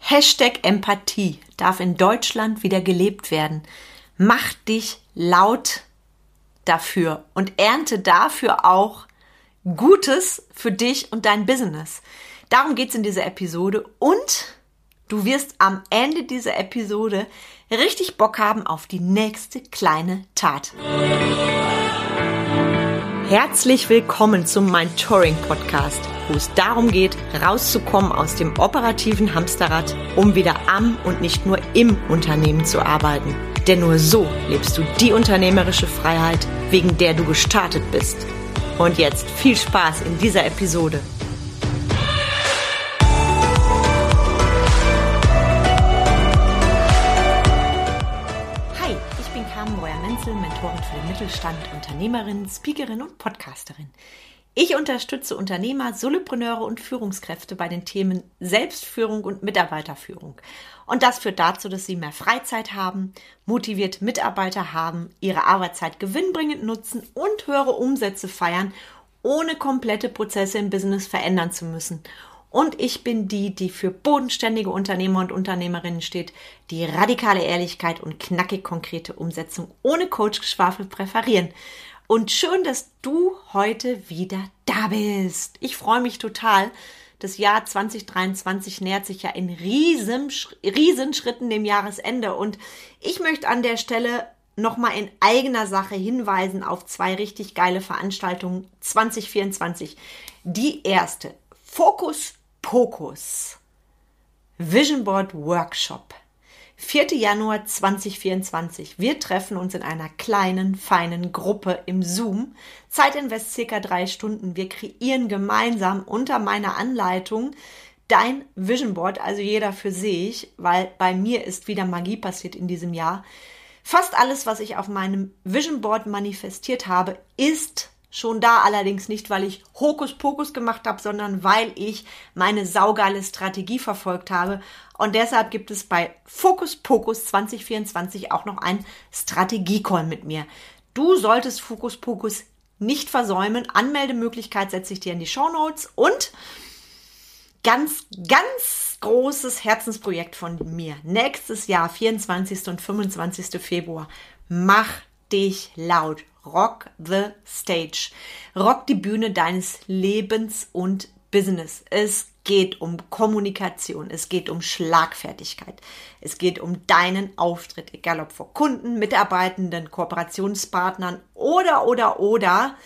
#Empathie darf in Deutschland wieder gelebt werden. Mach dich laut dafür und ernte dafür auch Gutes für dich und dein Business. Darum geht's in dieser Episode und du wirst am Ende dieser Episode richtig Bock haben auf die nächste kleine Tat. Herzlich willkommen zum Mentoring-Podcast, wo es darum geht, rauszukommen aus dem operativen Hamsterrad, um wieder am und nicht nur im Unternehmen zu arbeiten. Denn nur so lebst du die unternehmerische Freiheit, wegen der du gestartet bist. Und jetzt viel Spaß in dieser Episode. Mentorin für den Mittelstand, Unternehmerin, Speakerin und Podcasterin. Ich unterstütze Unternehmer, Solopreneure und Führungskräfte bei den Themen Selbstführung und Mitarbeiterführung. Und das führt dazu, dass sie mehr Freizeit haben, motivierte Mitarbeiter haben, ihre Arbeitszeit gewinnbringend nutzen und höhere Umsätze feiern, ohne komplette Prozesse im Business verändern zu müssen. Und ich bin die für bodenständige Unternehmer und Unternehmerinnen steht, die radikale Ehrlichkeit und knackig konkrete Umsetzung ohne Coachgeschwafel präferieren. Und schön, dass du heute wieder da bist. Ich freue mich total. Das Jahr 2023 nähert sich ja in Riesenschritten dem Jahresende. Und ich möchte an der Stelle nochmal in eigener Sache hinweisen auf 2 richtig geile Veranstaltungen 2024. Die erste, Fokus Pokus Vision Board Workshop, 4. Januar 2024. Wir treffen uns in einer kleinen, feinen Gruppe im Zoom. Zeitinvest circa 3 Stunden. Wir kreieren gemeinsam unter meiner Anleitung dein Vision Board, also jeder für sich, weil bei mir ist wieder Magie passiert in diesem Jahr. Fast alles, was ich auf meinem Vision Board manifestiert habe, ist schon da, allerdings nicht, weil ich Hokuspokus gemacht habe, sondern weil ich meine saugeile Strategie verfolgt habe. Und deshalb gibt es bei Fokus Pokus 2024 auch noch einen Strategie-Call mit mir. Du solltest Fokus Pokus nicht versäumen. Anmeldemöglichkeit setze ich dir in die Shownotes. Und ganz großes Herzensprojekt von mir. Nächstes Jahr, 24. und 25. Februar. Mach dich laut. Rock the stage. Rock die Bühne deines Lebens und Business. Es geht um Kommunikation, es geht um Schlagfertigkeit, es geht um deinen Auftritt, egal ob vor Kunden, Mitarbeitenden, Kooperationspartnern oder.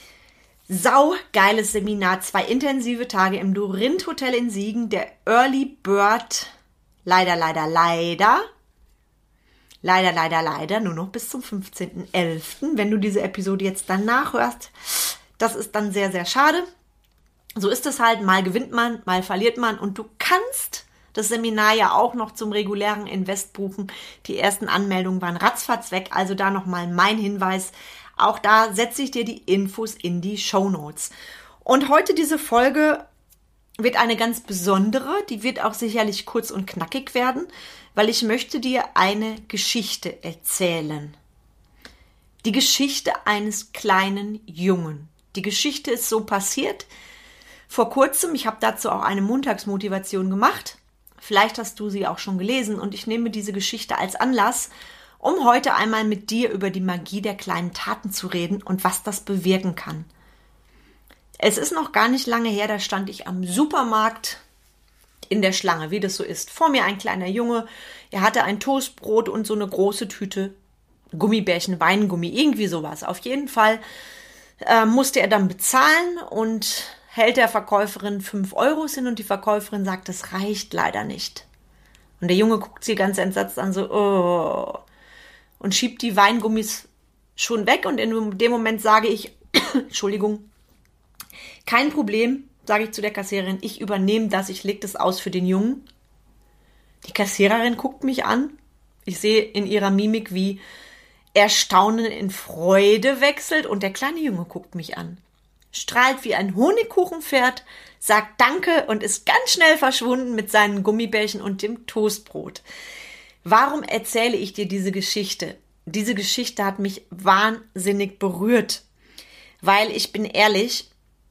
Saugeiles Seminar, 2 intensive Tage im Dorint Hotel in Siegen, der Early Bird, leider, nur noch bis zum 15.11. Wenn du diese Episode jetzt dann nachhörst, das ist dann sehr, sehr schade. So ist es halt, mal gewinnt man, mal verliert man und du kannst das Seminar ja auch noch zum regulären Invest buchen. Die ersten Anmeldungen waren ratzfatz weg, also da nochmal mein Hinweis. Auch da setze ich dir die Infos in die Shownotes. Und heute diese Folge wird eine ganz besondere, die wird auch sicherlich kurz und knackig werden, weil ich möchte dir eine Geschichte erzählen. Die Geschichte eines kleinen Jungen. Die Geschichte ist so passiert vor kurzem. Ich habe dazu auch eine Montagsmotivation gemacht. Vielleicht hast du sie auch schon gelesen und ich nehme diese Geschichte als Anlass, um heute einmal mit dir über die Magie der kleinen Taten zu reden und was das bewirken kann. Es ist noch gar nicht lange her, da stand ich am Supermarkt in der Schlange, wie das so ist. Vor mir ein kleiner Junge, er hatte ein Toastbrot und so eine große Tüte Gummibärchen, Weingummi, irgendwie sowas. Auf jeden Fall musste er dann bezahlen und hält der Verkäuferin 5 € hin und die Verkäuferin sagt, das reicht leider nicht. Und der Junge guckt sie ganz entsetzt an, so, oh, und schiebt die Weingummis schon weg und in dem Moment sage ich, Entschuldigung, kein Problem, sage ich zu der Kassiererin, ich übernehme das, ich lege das aus für den Jungen. Die Kassiererin guckt mich an. Ich sehe in ihrer Mimik, wie Erstaunen in Freude wechselt und der kleine Junge guckt mich an. Strahlt wie ein Honigkuchenpferd, sagt Danke und ist ganz schnell verschwunden mit seinen Gummibärchen und dem Toastbrot. Warum erzähle ich dir diese Geschichte? Diese Geschichte hat mich wahnsinnig berührt, weil ich bin ehrlich,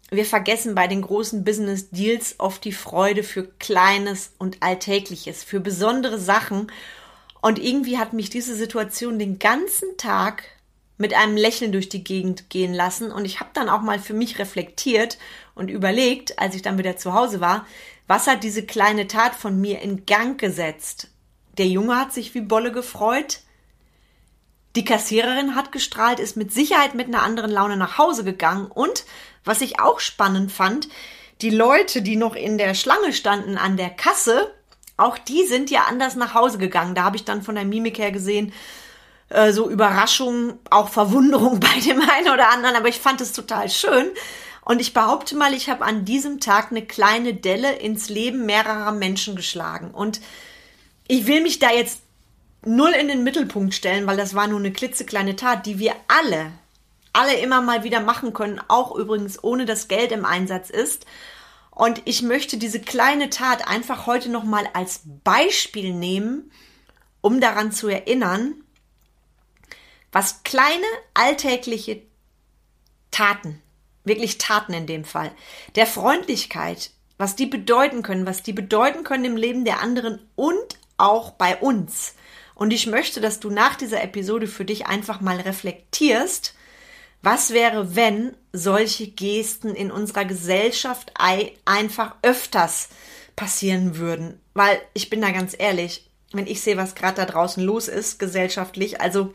wir vergessen bei den großen Business Deals oft die Freude für Kleines und Alltägliches, für besondere Sachen. Und irgendwie hat mich diese Situation den ganzen Tag mit einem Lächeln durch die Gegend gehen lassen. Und ich habe dann auch mal für mich reflektiert und überlegt, als ich dann wieder zu Hause war, was hat diese kleine Tat von mir in Gang gesetzt? Der Junge hat sich wie Bolle gefreut. Die Kassiererin hat gestrahlt, ist mit Sicherheit mit einer anderen Laune nach Hause gegangen. Und was ich auch spannend fand, die Leute, die noch in der Schlange standen an der Kasse, auch die sind ja anders nach Hause gegangen. Da habe ich dann von der Mimik her gesehen, so Überraschung, auch Verwunderung bei dem einen oder anderen. Aber ich fand es total schön. Und ich behaupte mal, ich habe an diesem Tag eine kleine Delle ins Leben mehrerer Menschen geschlagen. Und ich will mich da jetzt null in den Mittelpunkt stellen, weil das war nur eine klitzekleine Tat, die wir alle immer mal wieder machen können, auch übrigens ohne dass Geld im Einsatz ist. Und ich möchte diese kleine Tat einfach heute nochmal als Beispiel nehmen, um daran zu erinnern, was kleine alltägliche Taten, wirklich Taten in dem Fall, der Freundlichkeit, was die bedeuten können im Leben der anderen und auch bei uns. Und ich möchte, dass du nach dieser Episode für dich einfach mal reflektierst, was wäre, wenn solche Gesten in unserer Gesellschaft einfach öfters passieren würden? Weil ich bin da ganz ehrlich, wenn ich sehe, was gerade da draußen los ist, gesellschaftlich, also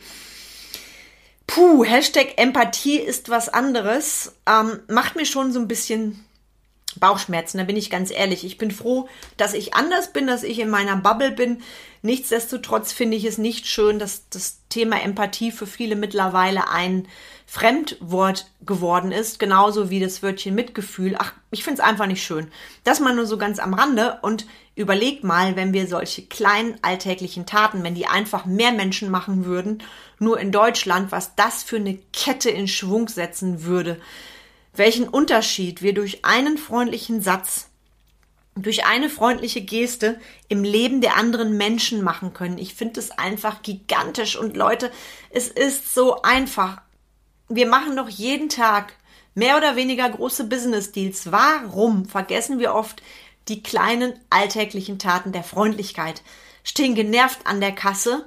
Hashtag Empathie ist was anderes, macht mir schon so ein bisschen Bauchschmerzen, da bin ich ganz ehrlich. Ich bin froh, dass ich anders bin, dass ich in meiner Bubble bin. Nichtsdestotrotz finde ich es nicht schön, dass das Thema Empathie für viele mittlerweile ein Fremdwort geworden ist, genauso wie das Wörtchen Mitgefühl. Ach, ich finde es einfach nicht schön. Das mal nur so ganz am Rande und überleg mal, wenn wir solche kleinen alltäglichen Taten, wenn die einfach mehr Menschen machen würden, nur in Deutschland, was das für eine Kette in Schwung setzen würde. Welchen Unterschied wir durch einen freundlichen Satz, durch eine freundliche Geste im Leben der anderen Menschen machen können. Ich finde es einfach gigantisch. Und Leute, es ist so einfach. Wir machen doch jeden Tag mehr oder weniger große Business-Deals. Warum vergessen wir oft die kleinen alltäglichen Taten der Freundlichkeit? Stehen genervt an der Kasse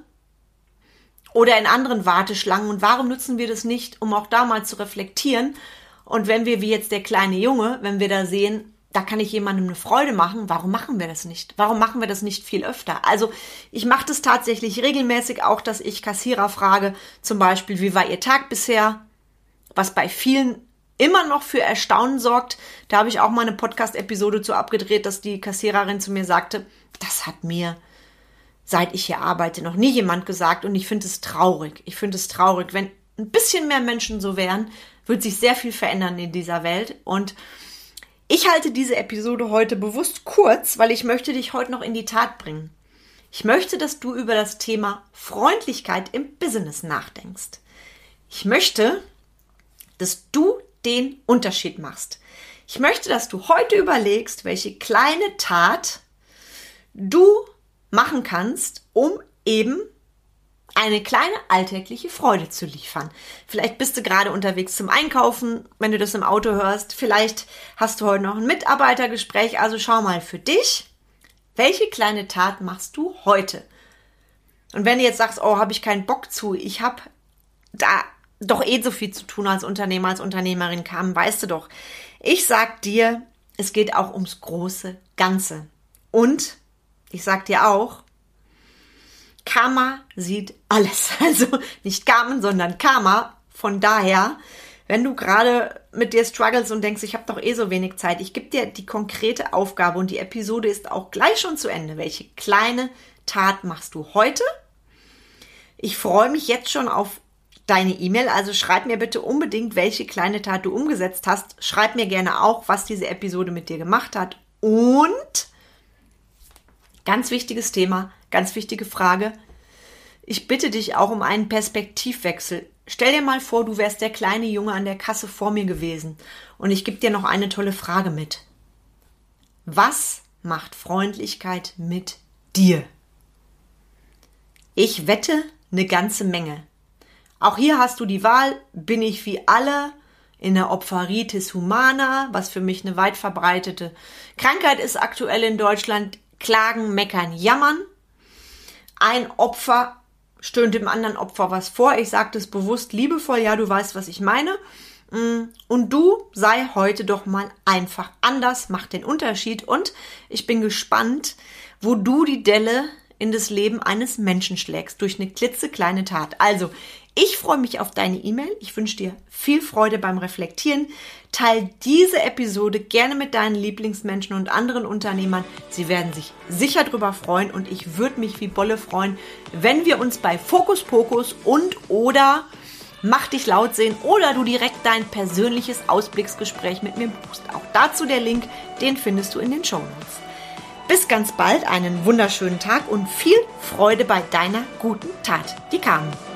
oder in anderen Warteschlangen. Und warum nutzen wir das nicht, um auch da mal zu reflektieren? Und wenn wir, wie jetzt der kleine Junge, wenn wir da sehen, da kann ich jemandem eine Freude machen, warum machen wir das nicht? Warum machen wir das nicht viel öfter? Also ich mache das tatsächlich regelmäßig auch, dass ich Kassierer frage, zum Beispiel, wie war Ihr Tag bisher? Was bei vielen immer noch für Erstaunen sorgt. Da habe ich auch mal eine Podcast-Episode zu abgedreht, dass die Kassiererin zu mir sagte, das hat mir, seit ich hier arbeite, noch nie jemand gesagt. Und ich finde es traurig. Ich finde es traurig, wenn ein bisschen mehr Menschen so wären, wird sich sehr viel verändern in dieser Welt. Und ich halte diese Episode heute bewusst kurz, weil ich möchte dich heute noch in die Tat bringen. Ich möchte, dass du über das Thema Freundlichkeit im Business nachdenkst. Ich möchte, dass du den Unterschied machst. Ich möchte, dass du heute überlegst, welche kleine Tat du machen kannst, um eben eine kleine alltägliche Freude zu liefern. Vielleicht bist du gerade unterwegs zum Einkaufen, wenn du das im Auto hörst. Vielleicht hast du heute noch ein Mitarbeitergespräch. Also schau mal für dich, welche kleine Tat machst du heute? Und wenn du jetzt sagst, oh, habe ich keinen Bock zu, ich habe da doch so viel zu tun als Unternehmer, als Unternehmerin kam, weißt du doch. Ich sag dir, es geht auch ums große Ganze. Und ich sag dir auch, Karma sieht alles. Also nicht Carmen, sondern Karma. Von daher, wenn du gerade mit dir struggles und denkst, ich habe doch so wenig Zeit, ich gebe dir die konkrete Aufgabe und die Episode ist auch gleich schon zu Ende. Welche kleine Tat machst du heute? Ich freue mich jetzt schon auf deine E-Mail, also schreib mir bitte unbedingt, welche kleine Tat du umgesetzt hast. Schreib mir gerne auch, was diese Episode mit dir gemacht hat. Und ganz wichtiges Thema, ganz wichtige Frage. Ich bitte dich auch um einen Perspektivwechsel. Stell dir mal vor, du wärst der kleine Junge an der Kasse vor mir gewesen. Und ich gebe dir noch eine tolle Frage mit. Was macht Freundlichkeit mit dir? Ich wette, eine ganze Menge. Auch hier hast du die Wahl, bin ich wie alle in der Opferitis humana, was für mich eine weit verbreitete Krankheit ist aktuell in Deutschland. Klagen, meckern, jammern. Ein Opfer stöhnt dem anderen Opfer was vor. Ich sage das bewusst liebevoll, ja, du weißt, was ich meine. Und du sei heute doch mal einfach anders, mach den Unterschied. Und ich bin gespannt, wo du die Delle in das Leben eines Menschen schlägst, durch eine klitzekleine Tat. Also, ich freue mich auf deine E-Mail. Ich wünsche dir viel Freude beim Reflektieren. Teil diese Episode gerne mit deinen Lieblingsmenschen und anderen Unternehmern. Sie werden sich sicher drüber freuen und ich würde mich wie Bolle freuen, wenn wir uns bei Fokus Pokus und oder Mach dich laut sehen oder du direkt dein persönliches Ausblicksgespräch mit mir buchst. Auch dazu der Link, den findest du in den Shownotes. Bis ganz bald, einen wunderschönen Tag und viel Freude bei deiner guten Tat. Die Carmen.